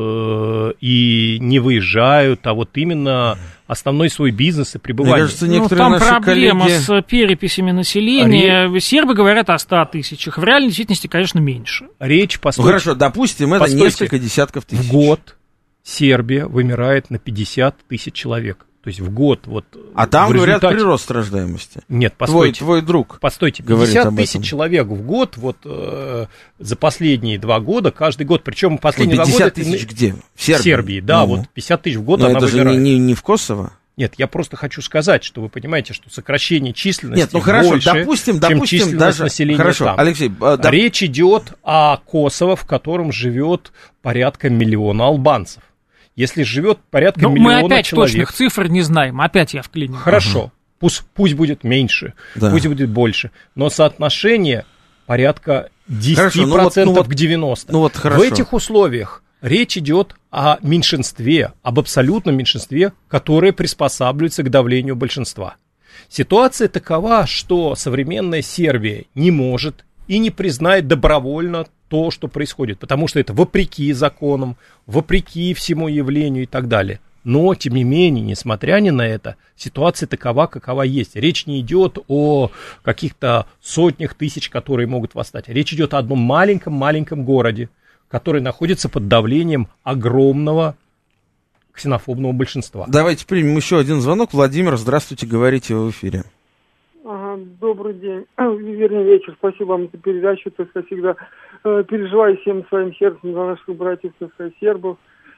э, и не выезжают, а вот именно основной свой бизнес и пребывание. Мне кажется, некоторые ну, там наши проблема коллеги... с переписями населения. Ре... Сербы говорят о ста тысячах. В реальной действительности, конечно, меньше. Речь, постойте, ну, хорошо, допустим, это постойте, несколько десятков тысяч. В год Сербия вымирает на пятьдесят тысяч человек. То есть в год вот. А там результате... говорят прирост рождаемости. Нет, постойте. Твой, твой друг. Постойте, пятьдесят тысяч человек в год вот э, за последние два года, каждый год, причем последние два года... пятьдесят тысяч где? В Сербии? В Сербии, да, ну, вот пятьдесят тысяч в год но она это вымирает. же не, не, не в Косово? Нет, я просто хочу сказать, что вы понимаете, что сокращение численности Нет, ну хорошо, больше, допустим, чем допустим, численность даже... населения Хорошо, там. Алексей, э, да... Речь идет о Косово, в котором живет порядка миллиона албанцев. Если живет порядка ну, миллиона мы опять человек... точных цифр не знаем, опять я вклинил. Хорошо, ага. пусть, пусть будет меньше, да. пусть будет больше, но соотношение порядка десять процентов хорошо, ну вот, ну вот, к девяноста процентов. Ну вот хорошо. В этих условиях речь идет о меньшинстве, об абсолютном меньшинстве, которое приспосабливается к давлению большинства. Ситуация такова, что современная Сербия не может и не признает добровольно то, что происходит, потому что это вопреки законам, вопреки всему явлению и так далее. Но, тем не менее, несмотря ни на это, ситуация такова, какова есть. Речь не идет о каких-то сотнях тысяч, которые могут восстать. Речь идет о одном маленьком-маленьком городе, который находится под давлением огромного ксенофобного большинства. Давайте примем еще один звонок. Владимир, здравствуйте, говорите в эфире. Ага, добрый день, вернее вечер. Спасибо вам за передачу. Так сказать, всегда э, переживаю всем своим сердцем за наших братьев, так сказать, сербов.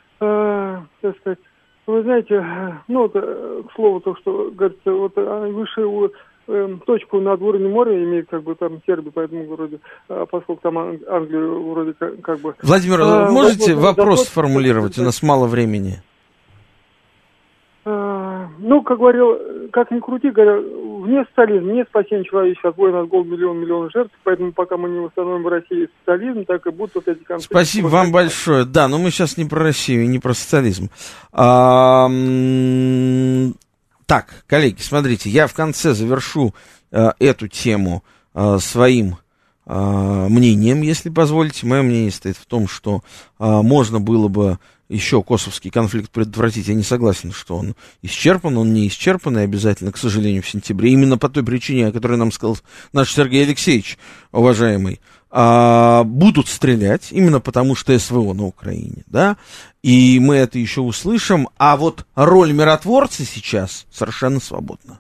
Э, так сказать, вы знаете, ну вот, э, к слову, то, что говорится, вот высшую э, точку над уровнем моря имеет как бы там Сербия, поэтому вроде, э, поскольку там Ан- Англию вроде как, как бы. Владимир, э, можете вопрос, вопрос вопрос сформулировать? У нас мало времени. Э, ну, как говорил, как ни крути, говорят, вне социализма нет спасения человечества от войн, от голода, миллион, миллион жертв, поэтому пока мы не восстановим в России социализм, так и будут вот эти конфликты. Спасибо вам большое. Да, но мы сейчас не про Россию, не про социализм. А, м- так, коллеги, смотрите, я в конце завершу а, эту тему а, своим а, мнением, если позволите. Мое мнение стоит в том, что а, можно было бы еще косовский конфликт предотвратить. Я не согласен, что он исчерпан, он не исчерпан, и обязательно, к сожалению, в сентябре. Именно по той причине, о которой нам сказал наш Сергей Алексеевич, уважаемый, а, будут стрелять, именно потому что СВО на Украине, да, и мы это еще услышим, а вот роль миротворца сейчас совершенно свободна.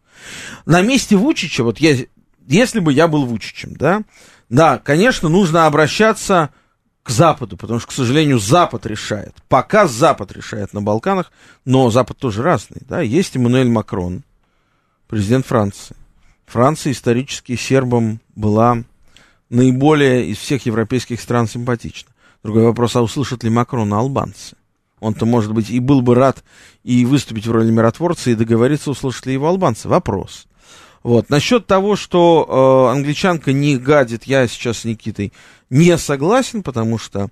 На месте Вучича, вот я, если бы я был Вучичем, да, да, конечно, нужно обращаться к Западу, потому что, к сожалению, Запад решает. Пока Запад решает на Балканах, но Запад тоже разный, да. Есть Эммануэль Макрон, президент Франции. Франция исторически сербам была наиболее из всех европейских стран симпатична. Другой вопрос, а услышат ли Макрона албанцы? Он-то, может быть, и был бы рад и выступить в роли миротворца, и договориться, услышат ли его албанцы. Вопрос. Вот. Насчет того, что э, англичанка не гадит, я сейчас с Никитой не согласен, потому что э,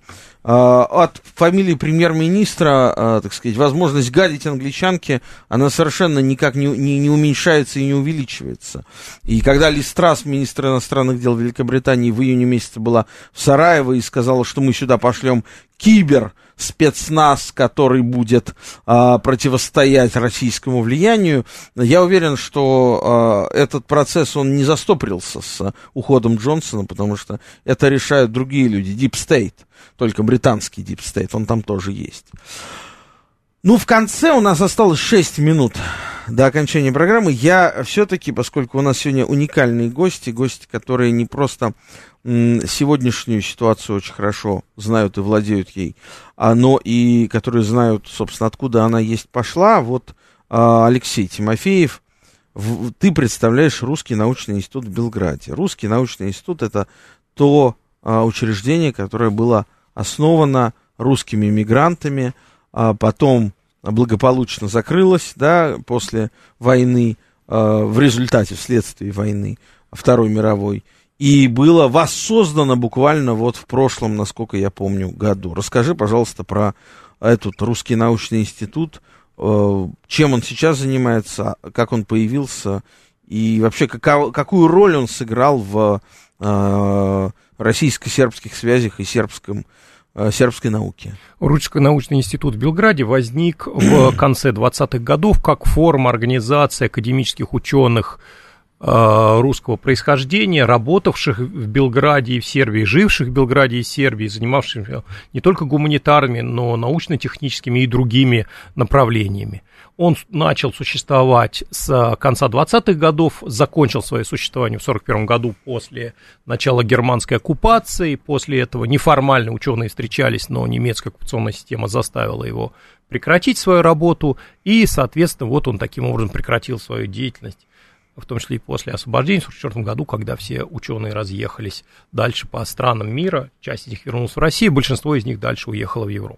от фамилии премьер-министра, э, так сказать, возможность гадить англичанке, она совершенно никак не, не, не уменьшается и не увеличивается. И когда Ли Страс, министр иностранных дел Великобритании, в июне месяце была в Сараево и сказала, что мы сюда пошлем кибер спецназ, который будет а, противостоять российскому влиянию, я уверен, что а, этот процесс, он не застопорился с а, уходом Джонсона, потому что это решают другие люди, Deep State, только британский Deep State, он там тоже есть. Ну, в конце у нас осталось шесть минут до окончания программы. Я все-таки, поскольку у нас сегодня уникальные гости, гости, которые не просто м, сегодняшнюю ситуацию очень хорошо знают и владеют ей, а, но и которые знают, собственно, откуда она есть пошла, вот а, Алексей Тимофеев, в, ты представляешь Русский научный институт в Белграде. Русский научный институт — это то а, учреждение, которое было основано русскими мигрантами, а потом благополучно закрылось, да, после войны, э, в результате, вследствие войны Второй мировой, и было воссоздано буквально вот в прошлом, насколько я помню, году. Расскажи, пожалуйста, про этот Русский научный институт, э, чем он сейчас занимается, как он появился, и вообще каков, какую роль он сыграл в, э, российско-сербских связях и сербском, сербской науке? Русский научный институт в Белграде возник в конце двадцатых годов как форма организации академических ученых русского происхождения, работавших в Белграде и в Сербии, живших в Белграде и Сербии, занимавшихся не только гуманитарными, но научно-техническими и другими направлениями. Он начал существовать с конца двадцатых годов, закончил свое существование в сорок первом году после начала германской оккупации. После этого неформально ученые встречались, но немецкая оккупационная система заставила его прекратить свою работу, и, соответственно, вот он таким образом прекратил свою деятельность, в том числе и после освобождения в сорок четвёртом году, когда все ученые разъехались дальше по странам мира, часть из них вернулась в Россию, большинство из них дальше уехало в Европу.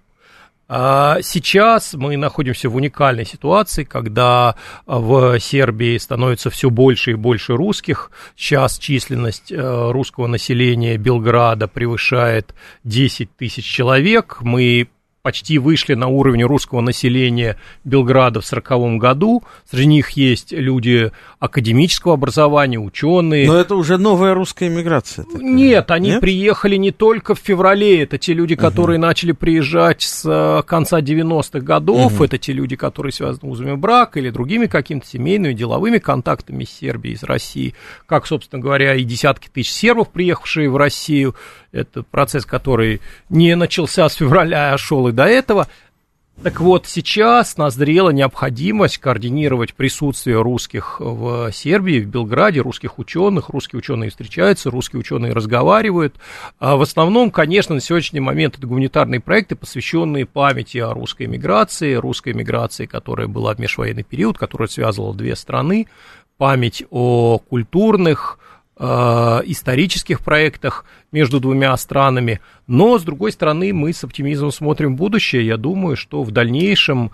А сейчас мы находимся в уникальной ситуации, когда в Сербии становится все больше и больше русских. Сейчас численность русского населения Белграда превышает десять тысяч человек. Мы почти вышли на уровень русского населения Белграда в сороковом году. Среди них есть люди академического образования, ученые. Но это уже новая русская эмиграция. Такая. Нет, они Нет? приехали не только в феврале. Это те люди, которые угу. начали приезжать с конца девяностых годов. Угу. Это те люди, которые связаны узами брака или другими какими-то семейными, деловыми контактами с Сербией, с Россией. Как, собственно говоря, и десятки тысяч сербов, приехавшие в Россию. Это процесс, который не начался с февраля, а шел и до этого. Так вот, сейчас назрела необходимость координировать присутствие русских в Сербии, в Белграде, русских ученых. Русские ученые встречаются, русские ученые разговаривают. А в основном, конечно, на сегодняшний момент это гуманитарные проекты, посвященные памяти о русской эмиграции, русской эмиграции, которая была в межвоенный период, которая связывала две страны, память о культурных, исторических проектах между двумя странами, но, с другой стороны, мы с оптимизмом смотрим в будущее. Я думаю, что в дальнейшем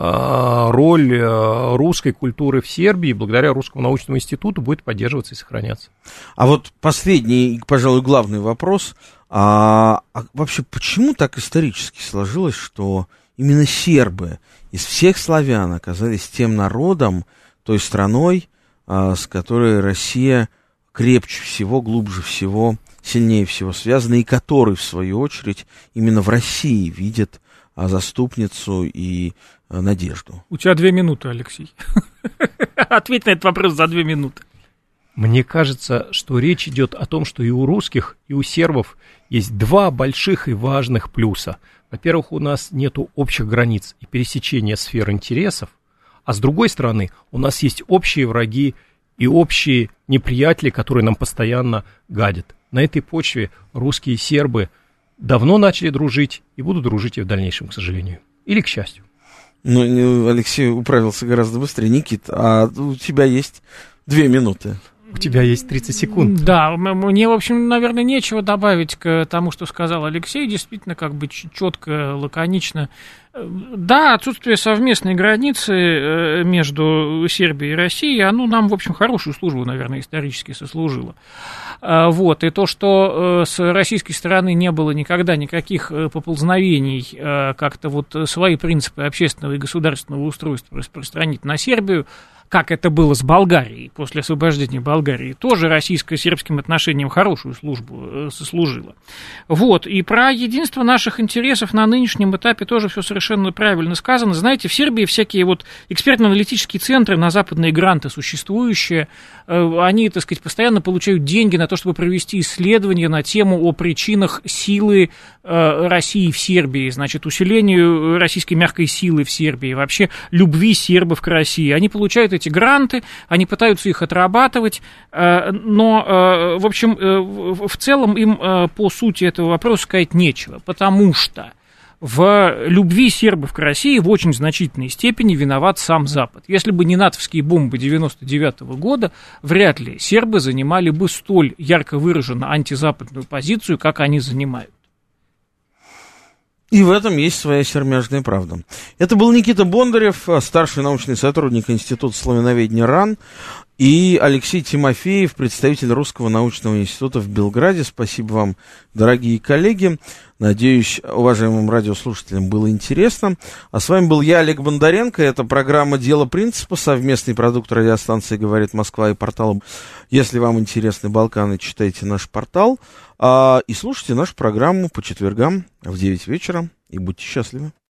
роль русской культуры в Сербии благодаря Русскому научному институту будет поддерживаться и сохраняться. А вот последний, пожалуй, главный вопрос. А, а вообще, почему так исторически сложилось, что именно сербы из всех славян оказались тем народом, той страной, с которой Россия крепче всего, глубже всего, сильнее всего связаны, и который, в свою очередь, именно в России видит а, заступницу и а, надежду? У тебя две минуты, Алексей. Ответь на этот вопрос за две минуты. Мне кажется, что речь идет о том, что и у русских, и у сербов есть два больших и важных плюса. Во-первых, у нас нету общих границ и пересечения сфер интересов, а с другой стороны, у нас есть общие враги и общие неприятели, которые нам постоянно гадят. На этой почве русские и сербы давно начали дружить и будут дружить и в дальнейшем, к сожалению. Или к счастью. Ну, Алексей управился гораздо быстрее. Никит, а у тебя есть две минуты. У тебя есть тридцать секунд. Да, мне, в общем, наверное, нечего добавить к тому, что сказал Алексей. Действительно, как бы четко, лаконично. Да, отсутствие совместной границы между Сербией и Россией, оно нам, в общем, хорошую службу, наверное, исторически сослужило. Вот, и то, что с российской стороны не было никогда никаких поползновений как-то вот свои принципы общественного и государственного устройства распространить на Сербию, как это было с Болгарией после освобождения Болгарии, тоже российско-сербским отношениям хорошую службу сослужило. Вот, и про единство наших интересов на нынешнем этапе тоже все совершенно правильно сказано. Знаете, в Сербии всякие вот экспертно-аналитические центры на западные гранты существующие, они, так сказать, постоянно получают деньги на то, чтобы провести исследования на тему о причинах силы России в Сербии, значит, усилению российской мягкой силы в Сербии, вообще любви сербов к России. Они получают эти гранты, они пытаются их отрабатывать, но, в общем, в целом им по сути этого вопроса сказать нечего, потому что в любви сербов к России в очень значительной степени виноват сам Запад. Если бы не натовские бомбы девяносто девятого года, вряд ли сербы занимали бы столь ярко выраженно антизападную позицию, как они занимают. И в этом есть своя сермяжная правда. Это был Никита Бондарев, старший научный сотрудник Института славяноведения РАН, и Алексей Тимофеев, представитель Русского научного института в Белграде. Спасибо вам, дорогие коллеги. Надеюсь, уважаемым радиослушателям было интересно. А с вами был я, Олег Бондаренко. Это программа «Дело принципа», совместный продукт радиостанции «Говорит Москва» и портала. Если вам интересны Балканы, читайте наш портал а, и слушайте нашу программу по четвергам в девять вечера. И будьте счастливы.